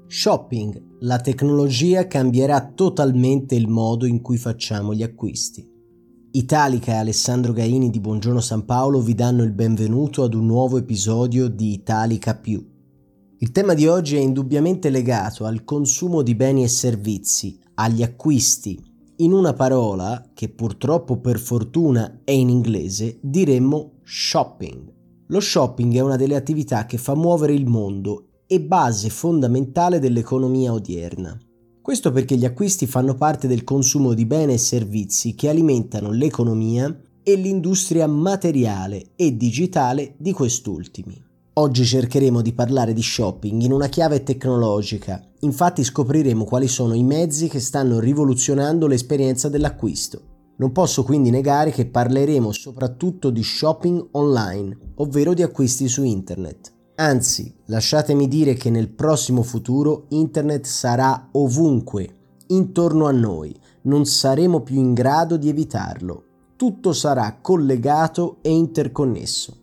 Shopping, la tecnologia cambierà totalmente il modo in cui facciamo gli acquisti. Italica e Alessandro Gaini di Buongiorno San Paolo vi danno il benvenuto ad un nuovo episodio di Italica Più. Il tema di oggi è indubbiamente legato al consumo di beni e servizi, agli acquisti. In una parola, che purtroppo per fortuna è in inglese, diremmo shopping. Lo shopping è una delle attività che fa muovere il mondo e base fondamentale dell'economia odierna. Questo perché gli acquisti fanno parte del consumo di beni e servizi che alimentano l'economia e l'industria materiale e digitale di quest'ultimi. Oggi cercheremo di parlare di shopping in una chiave tecnologica, infatti scopriremo quali sono i mezzi che stanno rivoluzionando l'esperienza dell'acquisto. Non posso quindi negare che parleremo soprattutto di shopping online, ovvero di acquisti su internet. Anzi, lasciatemi dire che nel prossimo futuro internet sarà ovunque, intorno a noi, non saremo più in grado di evitarlo. Tutto sarà collegato e interconnesso.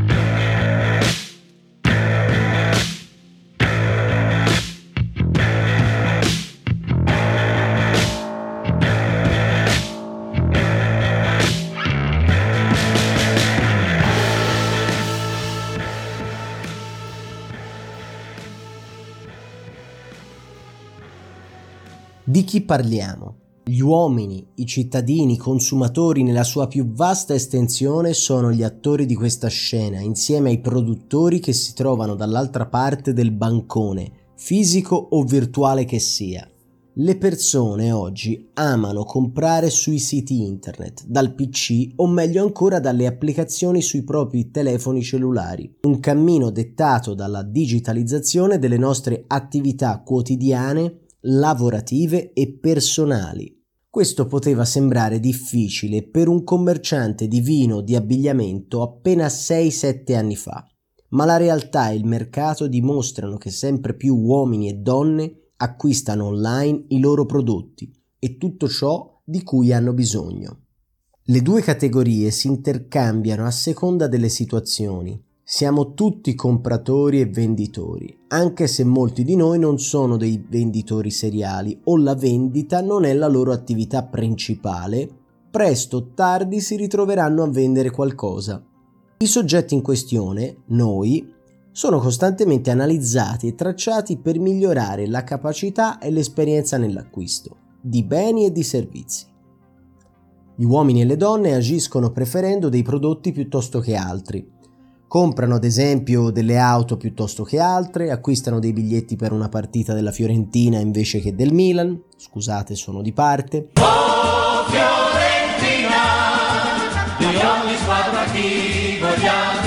Di chi parliamo? Gli uomini, i cittadini, i consumatori nella sua più vasta estensione sono gli attori di questa scena, insieme ai produttori che si trovano dall'altra parte del bancone, fisico o virtuale che sia. Le persone oggi amano comprare sui siti internet, dal PC o meglio ancora dalle applicazioni sui propri telefoni cellulari, un cammino dettato dalla digitalizzazione delle nostre attività quotidiane, lavorative e personali. Questo poteva sembrare difficile per un commerciante di vino o di abbigliamento appena 6-7 anni fa, ma la realtà e il mercato dimostrano che sempre più uomini e donne acquistano online i loro prodotti e tutto ciò di cui hanno bisogno. Le due categorie si intercambiano a seconda delle situazioni. Siamo tutti compratori e venditori, anche se molti di noi non sono dei venditori seriali o la vendita non è la loro attività principale, presto o tardi si ritroveranno a vendere qualcosa. I soggetti in questione, noi, sono costantemente analizzati e tracciati per migliorare la capacità e l'esperienza nell'acquisto di beni e di servizi. Gli uomini e le donne agiscono preferendo dei prodotti piuttosto che altri. Comprano ad esempio delle auto piuttosto che altre, acquistano dei biglietti per una partita della Fiorentina invece che del Milan, scusate sono di parte. Oh Fiorentina, di ogni squadra chi vogliamo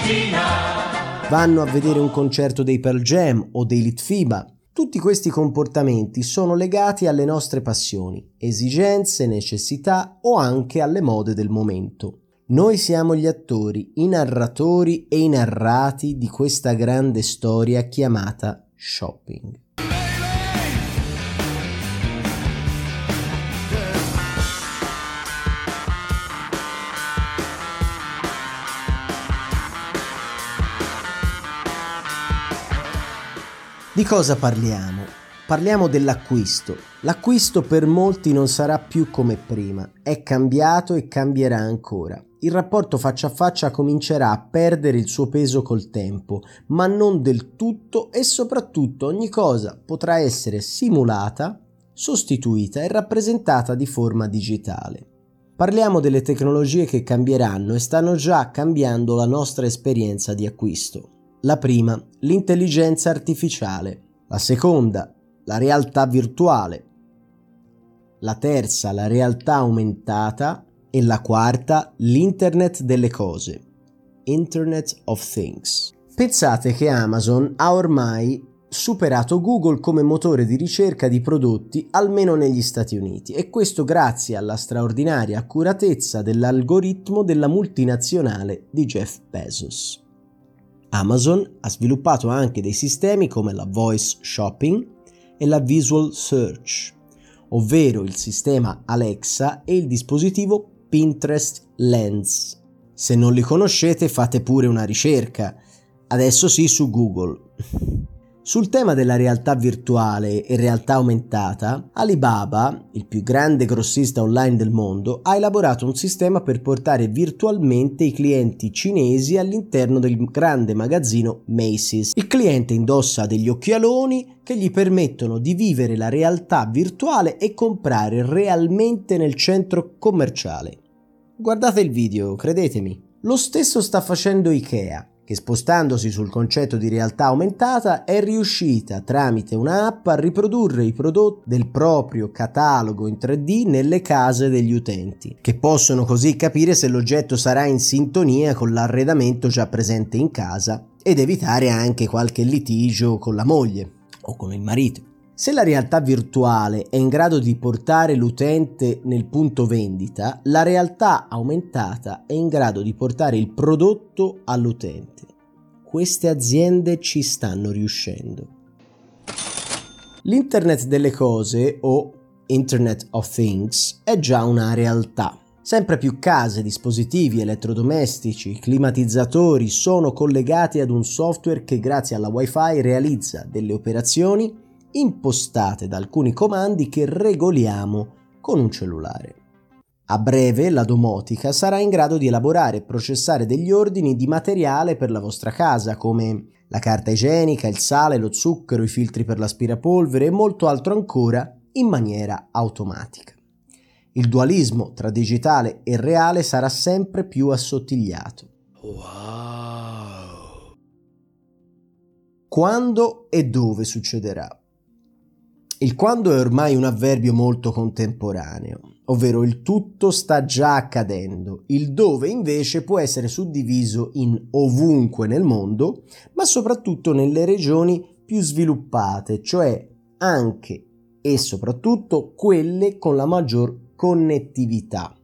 regina. Vanno a vedere un concerto dei Pearl Jam o dei Litfiba. Tutti questi comportamenti sono legati alle nostre passioni, esigenze, necessità o anche alle mode del momento. Noi siamo gli attori, i narratori e i narrati di questa grande storia chiamata shopping. Di cosa parliamo? Parliamo dell'acquisto. L'acquisto per molti non sarà più come prima, è cambiato e cambierà ancora. Il rapporto faccia a faccia comincerà a perdere il suo peso col tempo, ma non del tutto e soprattutto ogni cosa potrà essere simulata, sostituita e rappresentata di forma digitale. Parliamo delle tecnologie che cambieranno e stanno già cambiando la nostra esperienza di acquisto. La prima, l'intelligenza artificiale. La seconda, la realtà virtuale. La terza, la realtà aumentata. E la quarta, l'Internet delle cose, Internet of Things. Pensate che Amazon ha ormai superato Google come motore di ricerca di prodotti almeno negli Stati Uniti e questo grazie alla straordinaria accuratezza dell'algoritmo della multinazionale di Jeff Bezos. Amazon ha sviluppato anche dei sistemi come la Voice Shopping e la Visual Search, ovvero il sistema Alexa e il dispositivo Pinterest Lens. Se non li conoscete fate pure una ricerca, adesso sì su Google. Sul tema della realtà virtuale e realtà aumentata, Alibaba, il più grande grossista online del mondo, ha elaborato un sistema per portare virtualmente i clienti cinesi all'interno del grande magazzino Macy's. Il cliente indossa degli occhialoni che gli permettono di vivere la realtà virtuale e comprare realmente nel centro commerciale. Guardate il video, credetemi. Lo stesso sta facendo IKEA, che spostandosi sul concetto di realtà aumentata è riuscita tramite un'app a riprodurre i prodotti del proprio catalogo in 3D nelle case degli utenti, che possono così capire se l'oggetto sarà in sintonia con l'arredamento già presente in casa ed evitare anche qualche litigio con la moglie o con il marito. Se la realtà virtuale è in grado di portare l'utente nel punto vendita, la realtà aumentata è in grado di portare il prodotto all'utente. Queste aziende ci stanno riuscendo. L'Internet delle cose o Internet of Things è già una realtà. Sempre più case, dispositivi elettrodomestici, climatizzatori sono collegati ad un software che grazie alla Wi-Fi realizza delle operazioni impostate da alcuni comandi che regoliamo con un cellulare. A breve la domotica sarà in grado di elaborare e processare degli ordini di materiale per la vostra casa, come la carta igienica, il sale, lo zucchero, i filtri per l'aspirapolvere e molto altro ancora in maniera automatica. Il dualismo tra digitale e reale sarà sempre più assottigliato. Wow! Quando e dove succederà? Il quando è ormai un avverbio molto contemporaneo, ovvero il tutto sta già accadendo. Il dove invece può essere suddiviso in ovunque nel mondo, ma soprattutto nelle regioni più sviluppate, cioè anche e soprattutto quelle con la maggior connettività.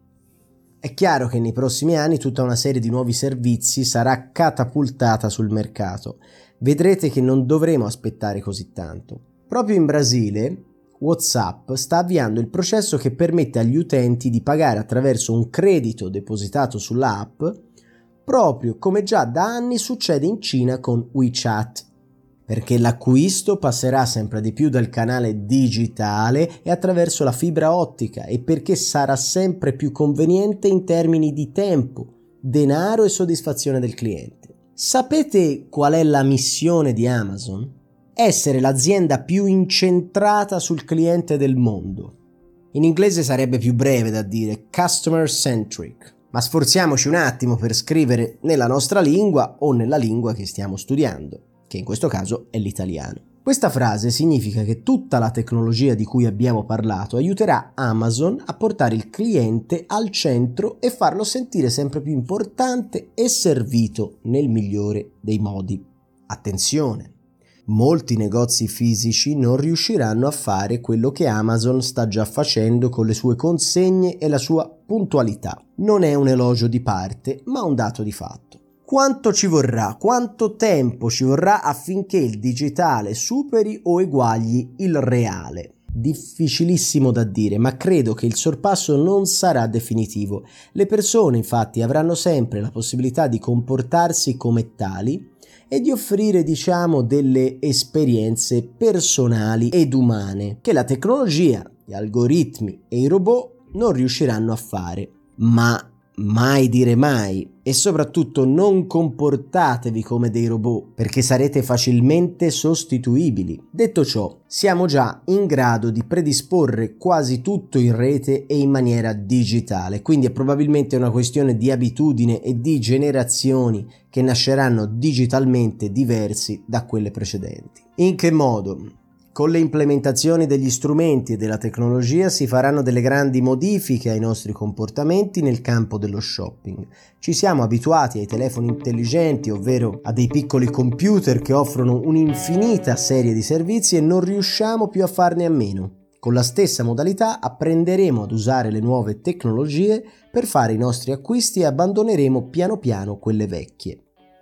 È chiaro che nei prossimi anni tutta una serie di nuovi servizi sarà catapultata sul mercato. Vedrete che non dovremo aspettare così tanto. Proprio in Brasile, WhatsApp sta avviando il processo che permette agli utenti di pagare attraverso un credito depositato sulla app, proprio come già da anni succede in Cina con WeChat, perché l'acquisto passerà sempre di più dal canale digitale e attraverso la fibra ottica e perché sarà sempre più conveniente in termini di tempo, denaro e soddisfazione del cliente. Sapete qual è la missione di Amazon? Essere l'azienda più incentrata sul cliente del mondo. In inglese sarebbe più breve da dire customer centric, ma sforziamoci un attimo per scrivere nella nostra lingua o nella lingua che stiamo studiando, che in questo caso è l'italiano. Questa frase significa che tutta la tecnologia di cui abbiamo parlato aiuterà Amazon a portare il cliente al centro e farlo sentire sempre più importante e servito nel migliore dei modi. Attenzione! Molti negozi fisici non riusciranno a fare quello che Amazon sta già facendo con le sue consegne e la sua puntualità. Non è un elogio di parte, ma un dato di fatto. Quanto ci vorrà? Quanto tempo ci vorrà affinché il digitale superi o eguagli il reale? Difficilissimo da dire, ma credo che il sorpasso non sarà definitivo. Le persone, infatti, avranno sempre la possibilità di comportarsi come tali e di offrire, delle esperienze personali ed umane che la tecnologia, gli algoritmi e i robot non riusciranno a fare. Ma mai dire mai, e soprattutto non comportatevi come dei robot, perché sarete facilmente sostituibili. Detto ciò, siamo già in grado di predisporre quasi tutto in rete e in maniera digitale, quindi è probabilmente una questione di abitudine e di generazioni che nasceranno digitalmente diversi da quelle precedenti. In che modo? Con le implementazioni degli strumenti e della tecnologia si faranno delle grandi modifiche ai nostri comportamenti nel campo dello shopping. Ci siamo abituati ai telefoni intelligenti, ovvero a dei piccoli computer che offrono un'infinita serie di servizi e non riusciamo più a farne a meno. Con la stessa modalità apprenderemo ad usare le nuove tecnologie per fare i nostri acquisti e abbandoneremo piano piano quelle vecchie.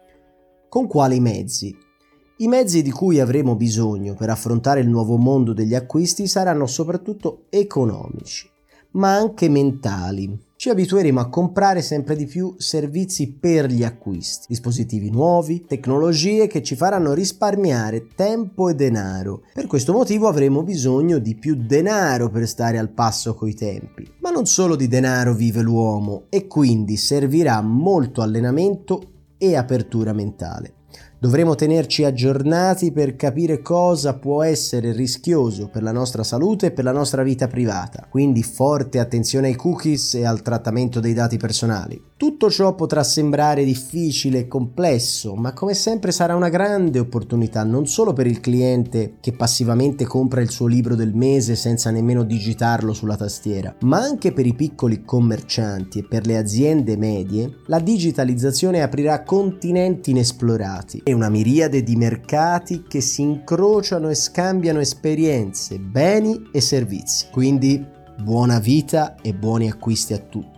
Con quali mezzi? I mezzi di cui avremo bisogno per affrontare il nuovo mondo degli acquisti saranno soprattutto economici, ma anche mentali. ci abitueremo a comprare sempre di più servizi per gli acquisti, dispositivi nuovi, tecnologie che ci faranno risparmiare tempo e denaro. Per questo motivo avremo bisogno di più denaro per stare al passo coi tempi. Ma non solo di denaro vive l'uomo, e quindi servirà molto allenamento e apertura mentale. Dovremo tenerci aggiornati per capire cosa può essere rischioso per la nostra salute e per la nostra vita privata, quindi forte attenzione ai cookies e al trattamento dei dati personali. Tutto ciò potrà sembrare difficile e complesso, ma come sempre sarà una grande opportunità non solo per il cliente che passivamente compra il suo libro del mese senza nemmeno digitarlo sulla tastiera, ma anche per i piccoli commercianti e per le aziende medie. La digitalizzazione aprirà continenti inesplorati e una miriade di mercati che si incrociano e scambiano esperienze, beni e servizi. Quindi buona vita e buoni acquisti a tutti.